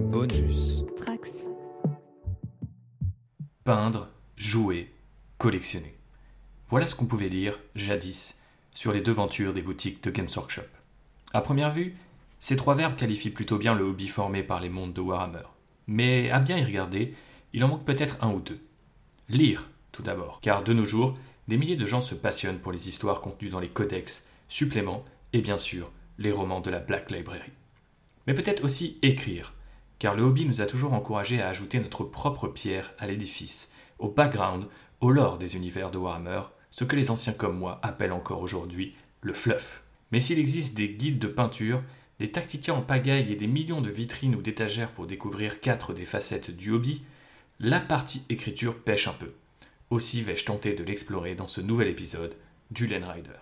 Bonus. Trax. Peindre, jouer, collectionner. Voilà ce qu'on pouvait lire, jadis, sur les devantures des boutiques de Games Workshop. À première vue, ces trois verbes qualifient plutôt bien le hobby formé par les mondes de Warhammer. Mais à bien y regarder, il en manque peut-être un ou deux. Lire, tout d'abord, car de nos jours, des milliers de gens se passionnent pour les histoires contenues dans les codex, suppléments et bien sûr, les romans de la Black Library. Mais peut-être aussi écrire, car le hobby nous a toujours encouragés à ajouter notre propre pierre à l'édifice, au background, au lore des univers de Warhammer, ce que les anciens comme moi appellent encore aujourd'hui le fluff. Mais s'il existe des guides de peinture, des tacticas en pagaille et des millions de vitrines ou d'étagères pour découvrir 4 des facettes du hobby, la partie écriture pêche un peu. Aussi vais-je tenter de l'explorer dans ce nouvel épisode du Lane Rider.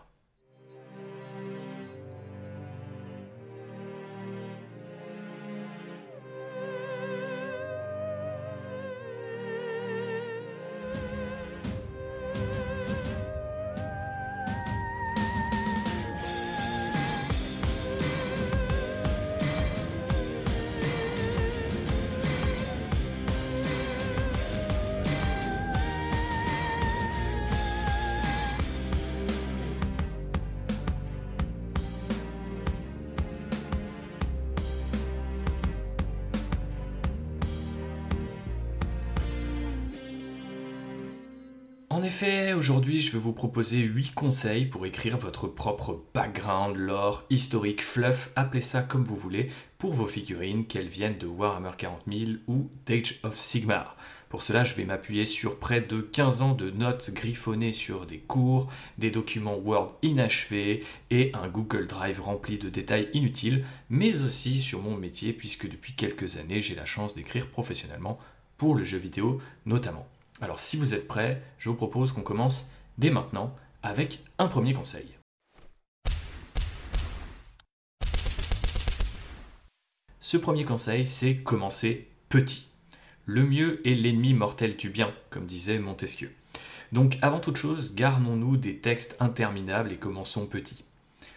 En effet, aujourd'hui, je vais vous proposer 8 conseils pour écrire votre propre background, lore, historique, fluff, appelez ça comme vous voulez, pour vos figurines, qu'elles viennent de Warhammer 40 000 ou d'Age of Sigmar. Pour cela, je vais m'appuyer sur près de 15 ans de notes griffonnées sur des cours, des documents Word inachevés et un Google Drive rempli de détails inutiles, mais aussi sur mon métier, puisque depuis quelques années, j'ai la chance d'écrire professionnellement pour le jeu vidéo notamment. Alors si vous êtes prêts, je vous propose qu'on commence dès maintenant avec un premier conseil. Ce premier conseil, c'est commencer petit. Le mieux est l'ennemi mortel du bien, comme disait Montesquieu. Donc avant toute chose, garnons-nous des textes interminables et commençons petit. Pourquoi ?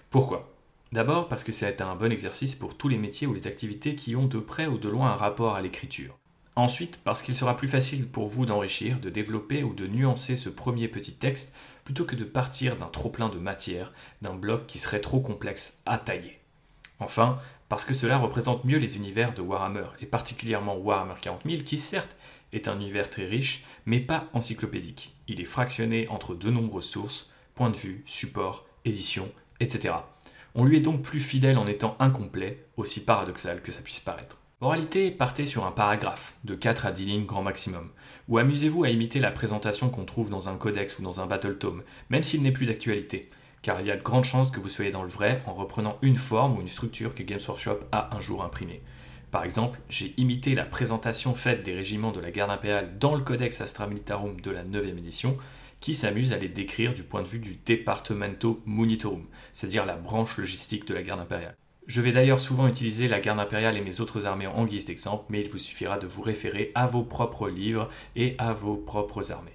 D'abord parce que c'est un bon exercice pour tous les métiers ou les activités qui ont de près ou de loin un rapport à l'écriture. Ensuite, parce qu'il sera plus facile pour vous d'enrichir, de développer ou de nuancer ce premier petit texte, plutôt que de partir d'un trop-plein de matière, d'un bloc qui serait trop complexe à tailler. Enfin, parce que cela représente mieux les univers de Warhammer, et particulièrement Warhammer 40 000, qui certes est un univers très riche, mais pas encyclopédique. Il est fractionné entre de nombreuses sources, points de vue, supports, éditions, etc. On lui est donc plus fidèle en étant incomplet, aussi paradoxal que ça puisse paraître. Moralité, partez sur un paragraphe, de 4 à 10 lignes grand maximum, ou amusez-vous à imiter la présentation qu'on trouve dans un codex ou dans un battle tome, même s'il n'est plus d'actualité, car il y a de grandes chances que vous soyez dans le vrai en reprenant une forme ou une structure que Games Workshop a un jour imprimée. Par exemple, j'ai imité la présentation faite des régiments de la garde impériale dans le codex Astra Militarum de la 9e édition, qui s'amuse à les décrire du point de vue du Departamento Munitorum, c'est-à-dire la branche logistique de la garde impériale. Je vais d'ailleurs souvent utiliser la garde impériale et mes autres armées en guise d'exemple, mais il vous suffira de vous référer à vos propres livres et à vos propres armées.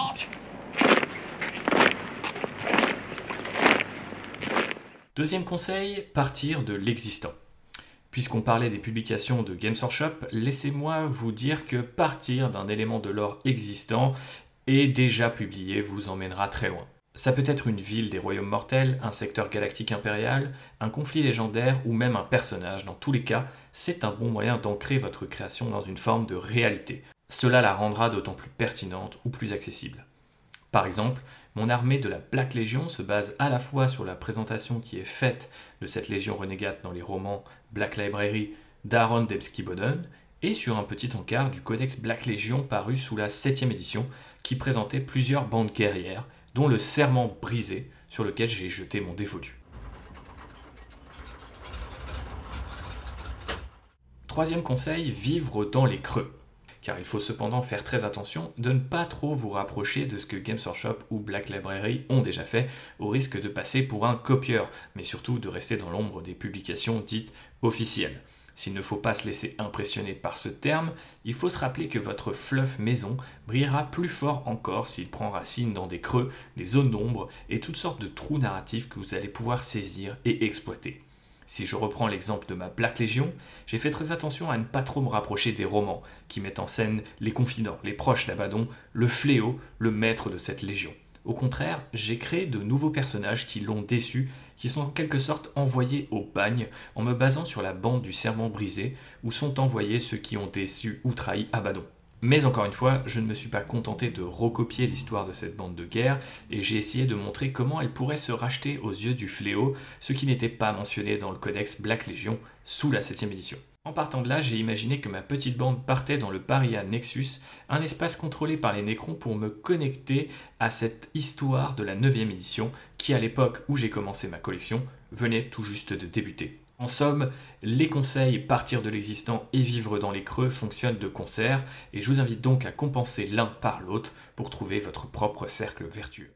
Deuxième conseil, partir de l'existant. Puisqu'on parlait des publications de Games Workshop, laissez-moi vous dire que partir d'un élément de lore existant et déjà publié vous emmènera très loin. Ça peut être une ville des royaumes mortels, un secteur galactique impérial, un conflit légendaire ou même un personnage. Dans tous les cas, c'est un bon moyen d'ancrer votre création dans une forme de réalité. Cela la rendra d'autant plus pertinente ou plus accessible. Par exemple, mon armée de la Black Legion se base à la fois sur la présentation qui est faite de cette légion renégate dans les romans Black Library d'Aaron Dembski-Bowden et sur un petit encart du codex Black Legion paru sous la 7e édition qui présentait plusieurs bandes guerrières dont le serment brisé sur lequel j'ai jeté mon dévolu. Troisième conseil, vivre dans les creux. Car il faut cependant faire très attention de ne pas trop vous rapprocher de ce que Games Workshop ou Black Library ont déjà fait, au risque de passer pour un copieur, mais surtout de rester dans l'ombre des publications dites officielles. S'il ne faut pas se laisser impressionner par ce terme, il faut se rappeler que votre fluff maison brillera plus fort encore s'il prend racine dans des creux, des zones d'ombre et toutes sortes de trous narratifs que vous allez pouvoir saisir et exploiter. Si je reprends l'exemple de ma Black Legion, j'ai fait très attention à ne pas trop me rapprocher des romans qui mettent en scène les confidents, les proches d'Abaddon, le fléau, le maître de cette légion. Au contraire, j'ai créé de nouveaux personnages qui l'ont déçu, qui sont en quelque sorte envoyés au bagne en me basant sur la bande du serment brisé où sont envoyés ceux qui ont déçu ou trahi Abaddon. Mais encore une fois, je ne me suis pas contenté de recopier l'histoire de cette bande de guerre et j'ai essayé de montrer comment elle pourrait se racheter aux yeux du fléau, ce qui n'était pas mentionné dans le codex Black Legion sous la 7ème édition. En partant de là, j'ai imaginé que ma petite bande partait dans le Paria Nexus, un espace contrôlé par les Nécrons pour me connecter à cette histoire de la 9ème édition qui, à l'époque où j'ai commencé ma collection, venait tout juste de débuter. En somme, les conseils partir de l'existant et vivre dans les creux fonctionnent de concert, et je vous invite donc à compenser l'un par l'autre pour trouver votre propre cercle vertueux.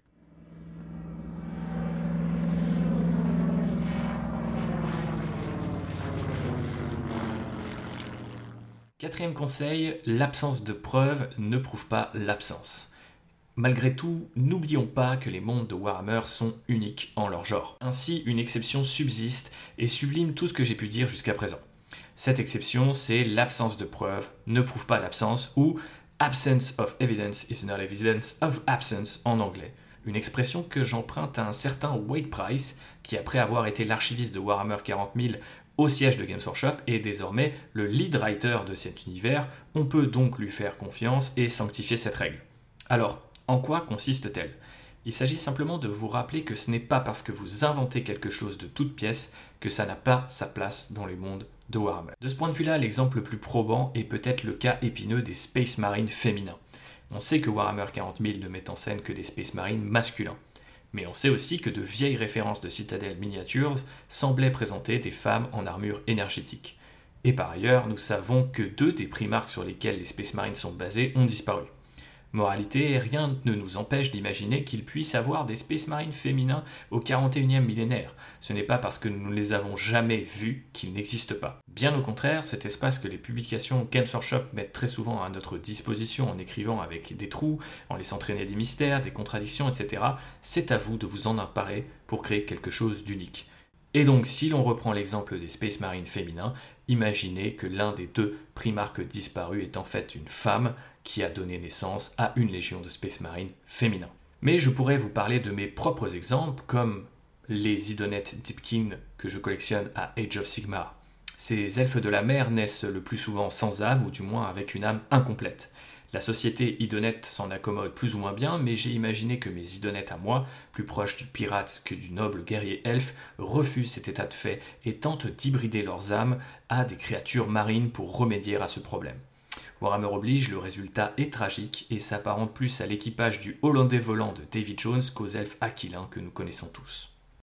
Quatrième conseil, l'absence de preuves ne prouve pas l'absence. Malgré tout, n'oublions pas que les mondes de Warhammer sont uniques en leur genre. Ainsi, une exception subsiste et sublime tout ce que j'ai pu dire jusqu'à présent. Cette exception, c'est l'absence de preuves ne prouve pas l'absence, ou absence of evidence is not evidence of absence en anglais. Une expression que j'emprunte à un certain Wade Price, qui après avoir été l'archiviste de Warhammer 40 000 au siège de Games Workshop est désormais le lead writer de cet univers. On peut donc lui faire confiance et sanctifier cette règle. Alors, en quoi consiste-t-elle ? Il s'agit simplement de vous rappeler que ce n'est pas parce que vous inventez quelque chose de toute pièce que ça n'a pas sa place dans les mondes de Warhammer. De ce point de vue-là, l'exemple le plus probant est peut-être le cas épineux des Space Marines féminins. On sait que Warhammer 40 000 ne met en scène que des Space Marines masculins. Mais on sait aussi que de vieilles références de Citadel Miniatures semblaient présenter des femmes en armure énergétique. Et par ailleurs, nous savons que 2 des primarques sur lesquels les Space Marines sont basés ont disparu. Moralité, rien ne nous empêche d'imaginer qu'il puisse avoir des Space Marines féminins au 41e millénaire. Ce n'est pas parce que nous ne les avons jamais vus qu'ils n'existent pas. Bien au contraire, cet espace que les publications Games Workshop mettent très souvent à notre disposition en écrivant avec des trous, en laissant traîner des mystères, des contradictions, etc., c'est à vous de vous en emparer pour créer quelque chose d'unique. Et donc, si l'on reprend l'exemple des Space Marines féminins, imaginez que l'un des 2 primarques disparus est en fait une femme qui a donné naissance à une légion de Space Marines féminins. Mais je pourrais vous parler de mes propres exemples, comme les idonettes Deepkin que je collectionne à Age of Sigmar. Ces elfes de la mer naissent le plus souvent sans âme, ou du moins avec une âme incomplète. La société idonette s'en accommode plus ou moins bien, mais j'ai imaginé que mes idonettes à moi, plus proches du pirate que du noble guerrier elfe, refusent cet état de fait et tentent d'hybrider leurs âmes à des créatures marines pour remédier à ce problème. Warhammer oblige, le résultat est tragique et s'apparente plus à l'équipage du Hollandais volant de Davy Jones qu'aux elfes aquilins que nous connaissons tous.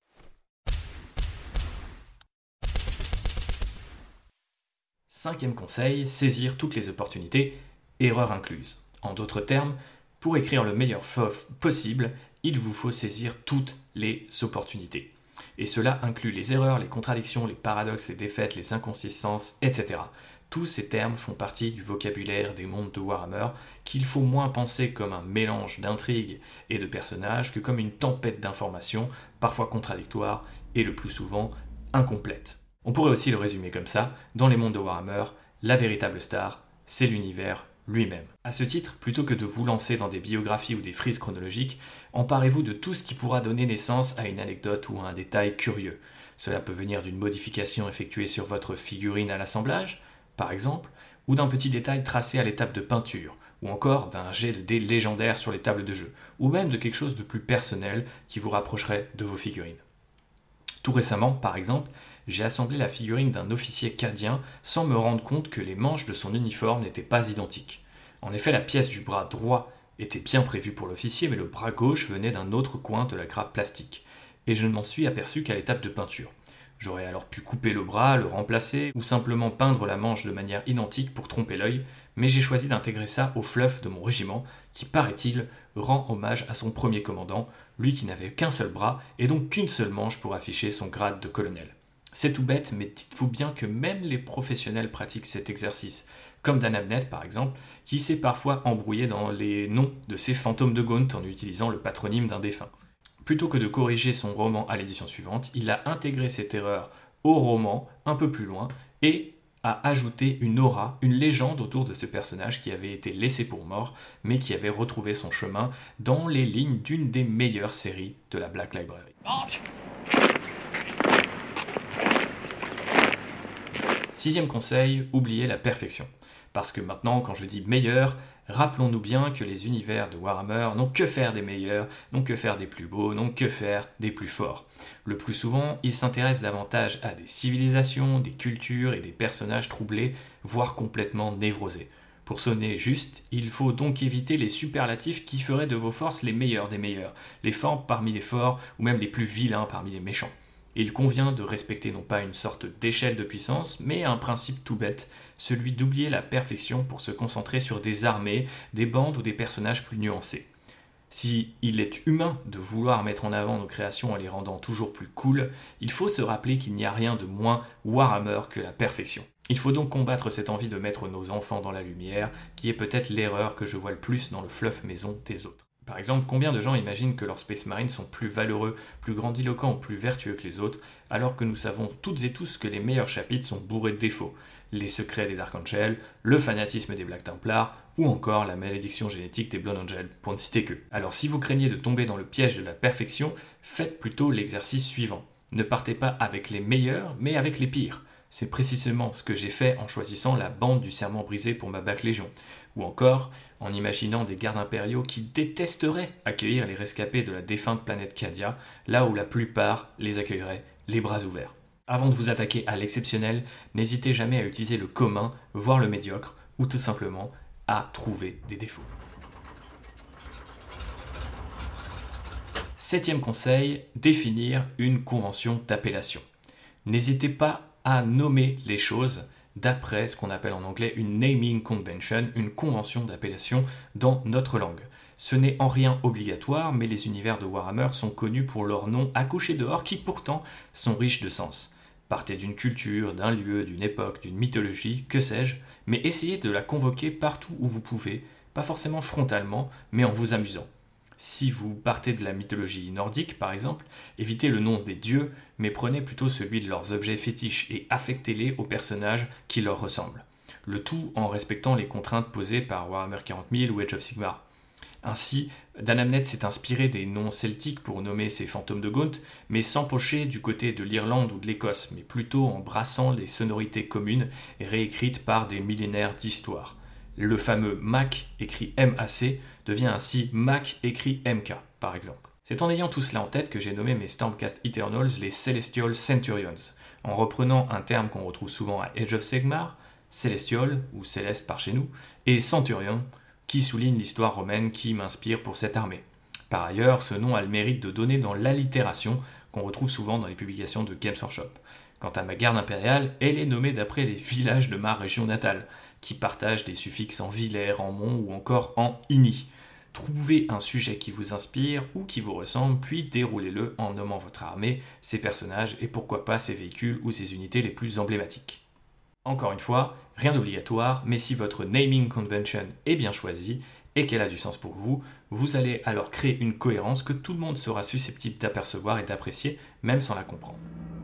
Cinquième conseil, saisir toutes les opportunités, erreur incluse. En d'autres termes, pour écrire le meilleur FOF possible, il vous faut saisir toutes les opportunités. Et cela inclut les erreurs, les contradictions, les paradoxes, les défaites, les inconsistances, etc. Tous ces termes font partie du vocabulaire des mondes de Warhammer qu'il faut moins penser comme un mélange d'intrigues et de personnages que comme une tempête d'informations, parfois contradictoires et le plus souvent incomplètes. On pourrait aussi le résumer comme ça, dans les mondes de Warhammer, la véritable star, c'est l'univers lui-même. À ce titre, plutôt que de vous lancer dans des biographies ou des frises chronologiques, emparez-vous de tout ce qui pourra donner naissance à une anecdote ou à un détail curieux. Cela peut venir d'une modification effectuée sur votre figurine à l'assemblage, par exemple, ou d'un petit détail tracé à l'étape de peinture, ou encore d'un jet de dés légendaire sur les tables de jeu, ou même de quelque chose de plus personnel qui vous rapprocherait de vos figurines. Tout récemment, par exemple, j'ai assemblé la figurine d'un officier cadien sans me rendre compte que les manches de son uniforme n'étaient pas identiques. En effet, la pièce du bras droit était bien prévue pour l'officier, mais le bras gauche venait d'un autre coin de la grappe plastique, et je ne m'en suis aperçu qu'à l'étape de peinture. J'aurais alors pu couper le bras, le remplacer, ou simplement peindre la manche de manière identique pour tromper l'œil, mais j'ai choisi d'intégrer ça au fluff de mon régiment, qui, paraît-il, rend hommage à son premier commandant, lui qui n'avait qu'un seul bras, et donc qu'une seule manche pour afficher son grade de colonel. C'est tout bête, mais dites-vous bien que même les professionnels pratiquent cet exercice, comme Dan Abnett par exemple, qui s'est parfois embrouillé dans les noms de ses fantômes de Gaunt en utilisant le patronyme d'un défunt. Plutôt que de corriger son roman à l'édition suivante, il a intégré cette erreur au roman un peu plus loin et à ajouter une aura, une légende autour de ce personnage qui avait été laissé pour mort, mais qui avait retrouvé son chemin dans les lignes d'une des meilleures séries de la Black Library. Sixième conseil, oubliez la perfection. Parce que maintenant, quand je dis meilleur, rappelons-nous bien que les univers de Warhammer n'ont que faire des meilleurs, n'ont que faire des plus beaux, n'ont que faire des plus forts. Le plus souvent, ils s'intéressent davantage à des civilisations, des cultures et des personnages troublés, voire complètement névrosés. Pour sonner juste, il faut donc éviter les superlatifs qui feraient de vos forces les meilleurs des meilleurs, les forts parmi les forts ou même les plus vilains parmi les méchants. Il convient de respecter non pas une sorte d'échelle de puissance, mais un principe tout bête, celui d'oublier la perfection pour se concentrer sur des armées, des bandes ou des personnages plus nuancés. Si il est humain de vouloir mettre en avant nos créations en les rendant toujours plus cool, il faut se rappeler qu'il n'y a rien de moins Warhammer que la perfection. Il faut donc combattre cette envie de mettre nos enfants dans la lumière, qui est peut-être l'erreur que je vois le plus dans le fluff maison des autres. Par exemple, combien de gens imaginent que leurs Space Marines sont plus valeureux, plus grandiloquents ou plus vertueux que les autres, alors que nous savons toutes et tous que les meilleurs chapitres sont bourrés de défauts. Les secrets des Dark Angels, le fanatisme des Black Templars, ou encore la malédiction génétique des Blood Angels, pour ne citer que. Alors si vous craignez de tomber dans le piège de la perfection, faites plutôt l'exercice suivant. Ne partez pas avec les meilleurs, mais avec les pires. C'est précisément ce que j'ai fait en choisissant la bande du serment brisé pour ma Black Légion, ou encore en imaginant des gardes impériaux qui détesteraient accueillir les rescapés de la défunte planète Cadia, là où la plupart les accueilleraient les bras ouverts. Avant de vous attaquer à l'exceptionnel, n'hésitez jamais à utiliser le commun, voire le médiocre, ou tout simplement à trouver des défauts. Septième conseil, définir une convention d'appellation. N'hésitez pas à nommer les choses d'après ce qu'on appelle en anglais une naming convention, une convention d'appellation dans notre langue. Ce n'est en rien obligatoire, mais les univers de Warhammer sont connus pour leurs noms à coucher dehors qui pourtant sont riches de sens. Partez d'une culture, d'un lieu, d'une époque, d'une mythologie, que sais-je, mais essayez de la convoquer partout où vous pouvez, pas forcément frontalement, mais en vous amusant. Si vous partez de la mythologie nordique, par exemple, évitez le nom des dieux, mais prenez plutôt celui de leurs objets fétiches et affectez-les aux personnages qui leur ressemblent. Le tout en respectant les contraintes posées par Warhammer 40 000 ou Age of Sigmar. Ainsi, Dan Abnett s'est inspiré des noms celtiques pour nommer ses fantômes de Gaunt, mais sans pocher du côté de l'Irlande ou de l'Écosse, mais plutôt en brassant les sonorités communes et réécrites par des millénaires d'histoire. Le fameux Mac, écrit M-A-C, devient ainsi Mac écrit MK, par exemple. C'est en ayant tout cela en tête que j'ai nommé mes Stormcast Eternals les Celestial Centurions, en reprenant un terme qu'on retrouve souvent à Age of Sigmar, Celestial, ou Céleste par chez nous, et Centurion, qui souligne l'histoire romaine qui m'inspire pour cette armée. Par ailleurs, ce nom a le mérite de donner dans l'allitération qu'on retrouve souvent dans les publications de Games Workshop. Quant à ma garde impériale, elle est nommée d'après les villages de ma région natale, qui partagent des suffixes en vilaire, en mont ou encore en ini. Trouvez un sujet qui vous inspire ou qui vous ressemble, puis déroulez-le en nommant votre armée, ses personnages et pourquoi pas ses véhicules ou ses unités les plus emblématiques. Encore une fois, rien d'obligatoire, mais si votre naming convention est bien choisie et qu'elle a du sens pour vous, vous allez alors créer une cohérence que tout le monde sera susceptible d'apercevoir et d'apprécier, même sans la comprendre.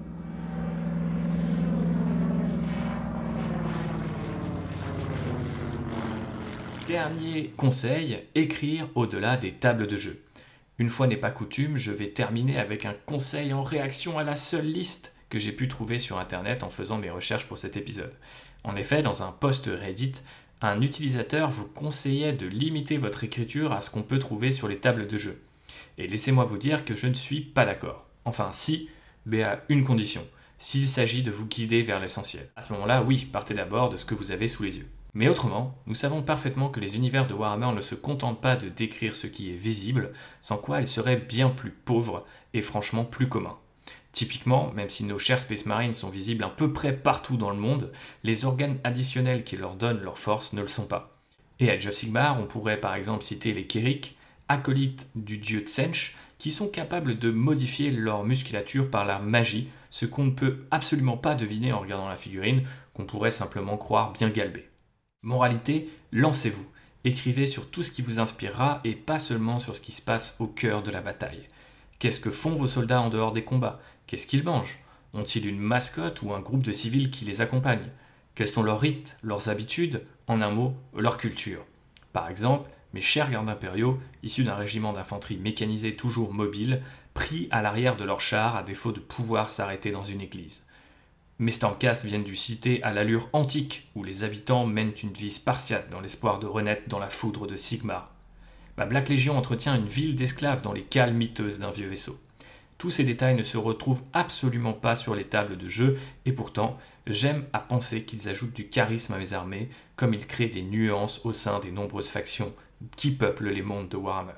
Dernier conseil, écrire au-delà des tables de jeu. Une fois n'est pas coutume, je vais terminer avec un conseil en réaction à la seule liste que j'ai pu trouver sur internet en faisant mes recherches pour cet épisode. En effet, dans un post Reddit, un utilisateur vous conseillait de limiter votre écriture à ce qu'on peut trouver sur les tables de jeu. Et laissez-moi vous dire que je ne suis pas d'accord. Enfin si, mais à une condition, s'il s'agit de vous guider vers l'essentiel. À ce moment-là, oui, partez d'abord de ce que vous avez sous les yeux. Mais autrement, nous savons parfaitement que les univers de Warhammer ne se contentent pas de décrire ce qui est visible, sans quoi ils seraient bien plus pauvres et franchement plus communs. Typiquement, même si nos chers Space Marines sont visibles à peu près partout dans le monde, les organes additionnels qui leur donnent leur force ne le sont pas. Et à Age of Sigmar, on pourrait par exemple citer les Kherik, acolytes du dieu Tsench, qui sont capables de modifier leur musculature par la magie, ce qu'on ne peut absolument pas deviner en regardant la figurine, qu'on pourrait simplement croire bien galbée. Moralité, lancez-vous. Écrivez sur tout ce qui vous inspirera et pas seulement sur ce qui se passe au cœur de la bataille. Qu'est-ce que font vos soldats en dehors des combats ? Qu'est-ce qu'ils mangent ? Ont-ils une mascotte ou un groupe de civils qui les accompagne? Quels sont leurs rites, leurs habitudes, en un mot, leur culture? Par exemple, mes chers gardes impériaux, issus d'un régiment d'infanterie mécanisée toujours mobile, pris à l'arrière de leur char à défaut de pouvoir s'arrêter dans une église. Mes Stormcast viennent du cité à l'allure antique, où les habitants mènent une vie spartiate dans l'espoir de renaître dans la foudre de Sigmar. Ma Black Légion entretient une ville d'esclaves dans les cales miteuses d'un vieux vaisseau. Tous ces détails ne se retrouvent absolument pas sur les tables de jeu, et pourtant, j'aime à penser qu'ils ajoutent du charisme à mes armées, comme ils créent des nuances au sein des nombreuses factions qui peuplent les mondes de Warhammer.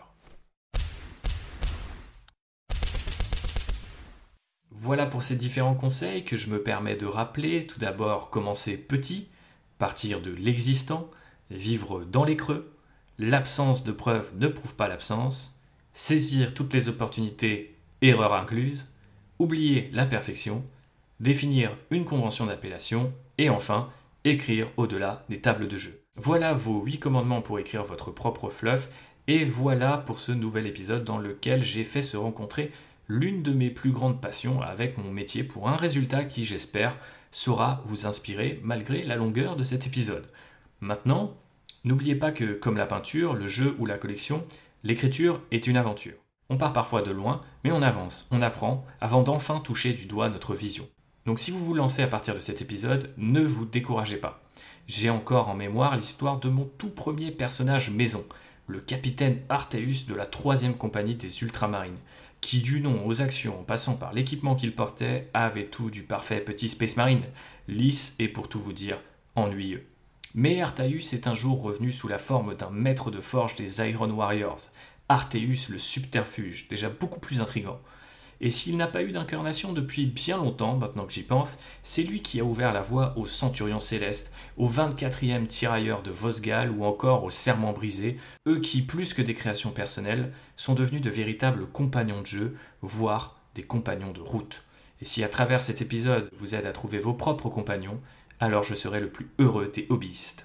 Voilà pour ces différents conseils que je me permets de rappeler. Tout d'abord, commencer petit, partir de l'existant, vivre dans les creux, l'absence de preuves ne prouve pas l'absence, saisir toutes les opportunités, erreurs incluses, oublier la perfection, définir une convention d'appellation et enfin, écrire au-delà des tables de jeu. Voilà vos 8 commandements pour écrire votre propre fluff et voilà pour ce nouvel épisode dans lequel j'ai fait se rencontrer l'une de mes plus grandes passions avec mon métier pour un résultat qui, j'espère, saura vous inspirer malgré la longueur de cet épisode. Maintenant, n'oubliez pas que, comme la peinture, le jeu ou la collection, l'écriture est une aventure. On part parfois de loin, mais on avance, on apprend, avant d'enfin toucher du doigt notre vision. Donc si vous vous lancez à partir de cet épisode, ne vous découragez pas. J'ai encore en mémoire l'histoire de mon tout premier personnage maison, le capitaine Arteus de la 3e compagnie des Ultramarines, qui du nom aux actions en passant par l'équipement qu'il portait avait tout du parfait petit Space Marine, lisse et pour tout vous dire, ennuyeux. Mais Arteus est un jour revenu sous la forme d'un maître de forge des Iron Warriors, Arteus le subterfuge, déjà beaucoup plus intrigant. Et s'il n'a pas eu d'incarnation depuis bien longtemps, maintenant que j'y pense, c'est lui qui a ouvert la voie aux Centurions Célestes, aux 24e tirailleurs de Vosgal ou encore aux Serments Brisés, eux qui, plus que des créations personnelles, sont devenus de véritables compagnons de jeu, voire des compagnons de route. Et si à travers cet épisode vous aide à trouver vos propres compagnons, alors je serai le plus heureux des hobbyistes.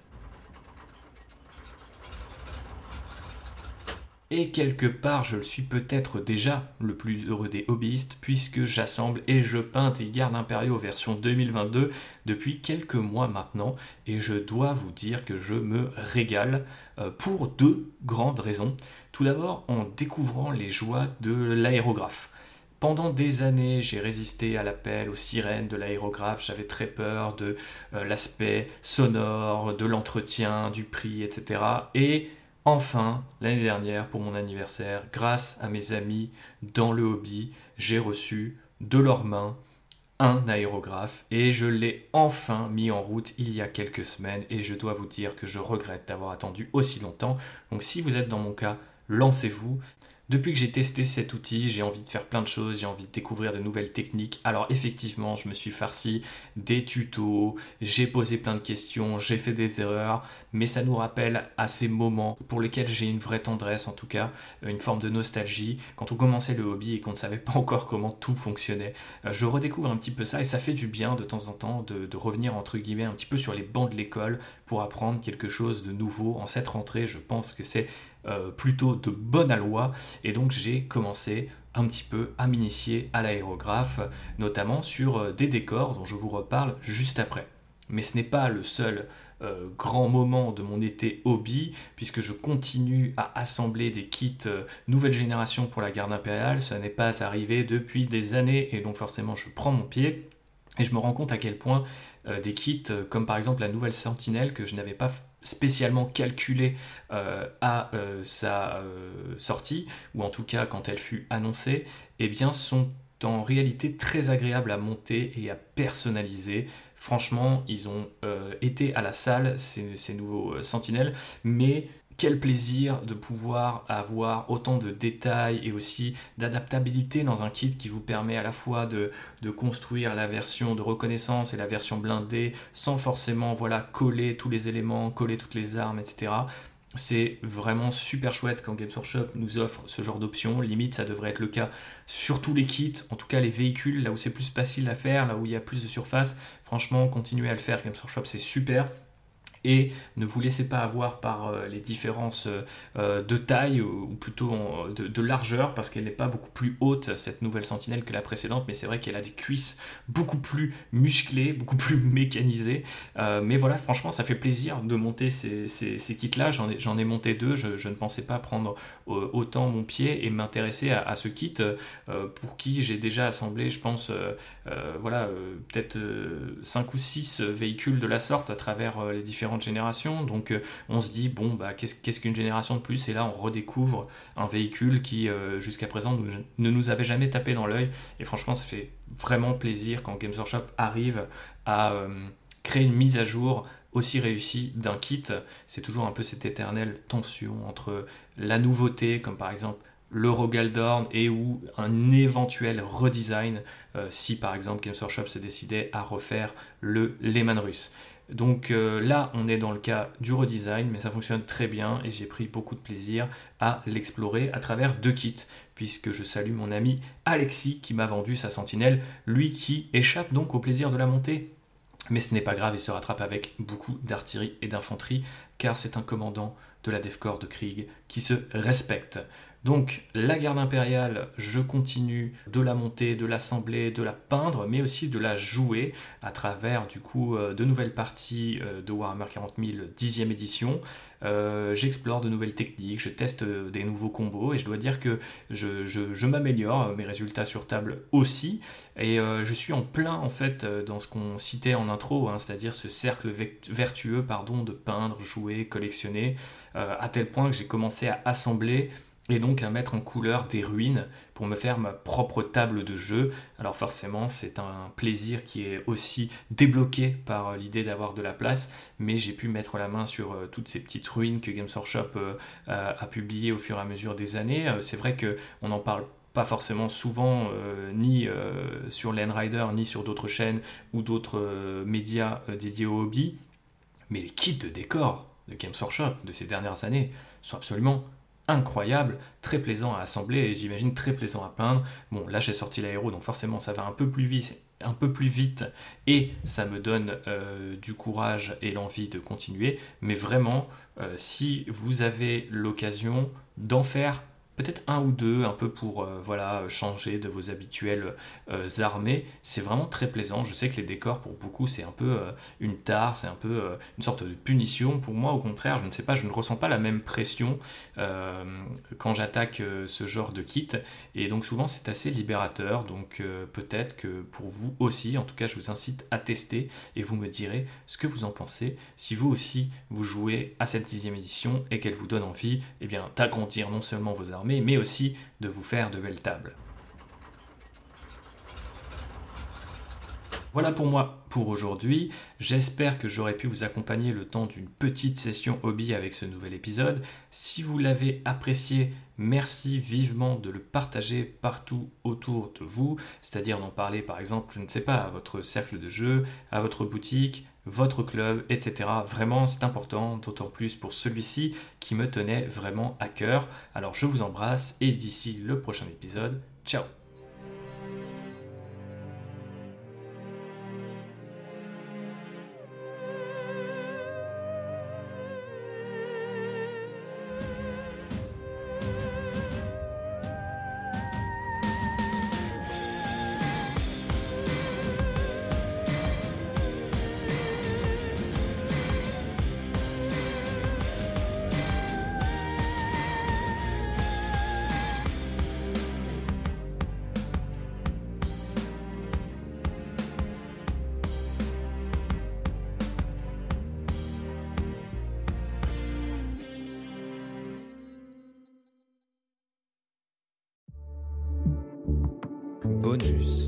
Et quelque part, je le suis peut-être déjà le plus heureux des hobbyistes puisque j'assemble et je peins des gardes impériaux version 2022 depuis quelques mois maintenant et je dois vous dire que je me régale pour 2 grandes raisons. Tout d'abord, en découvrant les joies de l'aérographe. Pendant des années, j'ai résisté à l'appel aux sirènes de l'aérographe, j'avais très peur de l'aspect sonore, de l'entretien, du prix, etc. Et enfin, l'année dernière, pour mon anniversaire, grâce à mes amis dans le hobby, j'ai reçu de leurs mains un aérographe et je l'ai enfin mis en route il y a quelques semaines et je dois vous dire que je regrette d'avoir attendu aussi longtemps. Donc si vous êtes dans mon cas, lancez-vous. Depuis que j'ai testé cet outil, j'ai envie de faire plein de choses, j'ai envie de découvrir de nouvelles techniques. Alors effectivement, je me suis farci des tutos, j'ai posé plein de questions, j'ai fait des erreurs, mais ça nous rappelle à ces moments pour lesquels j'ai une vraie tendresse, en tout cas, une forme de nostalgie. Quand on commençait le hobby et qu'on ne savait pas encore comment tout fonctionnait, je redécouvre un petit peu ça et ça fait du bien de temps en temps de revenir entre guillemets un petit peu sur les bancs de l'école pour apprendre quelque chose de nouveau. En cette rentrée, je pense que c'est plutôt de bonne aloi et donc j'ai commencé un petit peu à m'initier à l'aérographe, notamment sur des décors dont je vous reparle juste après. Mais ce n'est pas le seul grand moment de mon été hobby, puisque je continue à assembler des kits nouvelle génération pour la garde impériale. Ça n'est pas arrivé depuis des années et donc forcément je prends mon pied et je me rends compte à quel point des kits comme par exemple la nouvelle Sentinelle que je n'avais pas spécialement calculé à sa sortie, ou en tout cas quand elle fut annoncée, eh bien sont en réalité très agréables à monter et à personnaliser. Franchement, ils ont été à la salle, ces nouveaux Sentinelles, mais quel plaisir de pouvoir avoir autant de détails et aussi d'adaptabilité dans un kit qui vous permet à la fois de construire la version de reconnaissance et la version blindée sans forcément coller tous les éléments, coller toutes les armes, etc. C'est vraiment super chouette quand Games Workshop nous offre ce genre d'options. Limite, ça devrait être le cas sur tous les kits, en tout cas les véhicules, là où c'est plus facile à faire, là où il y a plus de surface. Franchement, continuez à le faire, Games Workshop, c'est super. Et ne vous laissez pas avoir par les différences de taille ou plutôt de largeur, parce qu'elle n'est pas beaucoup plus haute, cette nouvelle Sentinelle, que la précédente, mais c'est vrai qu'elle a des cuisses beaucoup plus musclées, beaucoup plus mécanisées. Mais voilà, franchement, ça fait plaisir de monter ces kits-là. J'en ai monté 2, je ne pensais pas prendre autant mon pied et m'intéresser à ce kit pour qui j'ai déjà assemblé, je pense, peut-être 5 ou 6 véhicules de la sorte à travers les différentes générations. Donc on se dit, bon, bah, qu'est-ce qu'une génération de plus? Et là, on redécouvre un véhicule qui, jusqu'à présent, ne nous avait jamais tapé dans l'œil. Et franchement, ça fait vraiment plaisir quand Games Workshop arrive à créer une mise à jour aussi réussie d'un kit. C'est toujours un peu cette éternelle tension entre la nouveauté, comme par exemple le Rogaldorn, et ou un éventuel redesign si par exemple Games Workshop se décidait à refaire le Lehman russe. Donc là, on est dans le cas du redesign, mais ça fonctionne très bien et j'ai pris beaucoup de plaisir à l'explorer à travers 2 kits, puisque je salue mon ami Alexis qui m'a vendu sa Sentinelle, lui qui échappe donc au plaisir de la monter. Mais ce n'est pas grave, il se rattrape avec beaucoup d'artillerie et d'infanterie, car c'est un commandant de la Death Corps de Krieg qui se respecte. Donc la garde impériale, je continue de la monter, de l'assembler, de la peindre, mais aussi de la jouer à travers du coup de nouvelles parties de Warhammer 40 000 10e édition. J'explore de nouvelles techniques, je teste des nouveaux combos et je dois dire que je m'améliore, mes résultats sur table aussi, et je suis en plein en fait dans ce qu'on citait en intro, c'est-à-dire ce cercle vertueux de peindre, jouer, collectionner, à tel point que j'ai commencé à assembler et donc à mettre en couleur des ruines pour me faire ma propre table de jeu. Alors forcément, c'est un plaisir qui est aussi débloqué par l'idée d'avoir de la place, mais j'ai pu mettre la main sur toutes ces petites ruines que Games Workshop a publiées au fur et à mesure des années. C'est vrai qu'on n'en parle pas forcément souvent, ni sur Landrider, ni sur d'autres chaînes ou d'autres médias dédiés au hobby, mais les kits de décor de Games Workshop de ces dernières années sont absolument incroyable, très plaisant à assembler et j'imagine très plaisant à peindre. Bon, là j'ai sorti l'aéro, donc forcément ça va un peu plus vite et ça me donne du courage et l'envie de continuer. Mais vraiment, si vous avez l'occasion d'en faire peut-être 1 ou 2, un peu pour changer de vos habituelles armées, c'est vraiment très plaisant. Je sais que les décors, pour beaucoup, c'est un peu une tare, c'est un peu une sorte de punition. Pour moi, au contraire, je ne sais pas, je ne ressens pas la même pression quand j'attaque ce genre de kit, et donc souvent c'est assez libérateur. Donc peut-être que pour vous aussi, en tout cas, je vous incite à tester et vous me direz ce que vous en pensez. Si vous aussi vous jouez à cette 10e édition et qu'elle vous donne envie d'agrandir non seulement vos armées, mais aussi de vous faire de belles tables. Voilà pour moi pour aujourd'hui. J'espère que j'aurai pu vous accompagner le temps d'une petite session hobby avec ce nouvel épisode. Si vous l'avez apprécié, merci vivement de le partager partout autour de vous, c'est-à-dire d'en parler par exemple, je ne sais pas, à votre cercle de jeu, à votre boutique, votre club, etc. Vraiment, c'est important, d'autant plus pour celui-ci qui me tenait vraiment à cœur. Alors je vous embrasse et d'ici le prochain épisode, ciao! Bonus.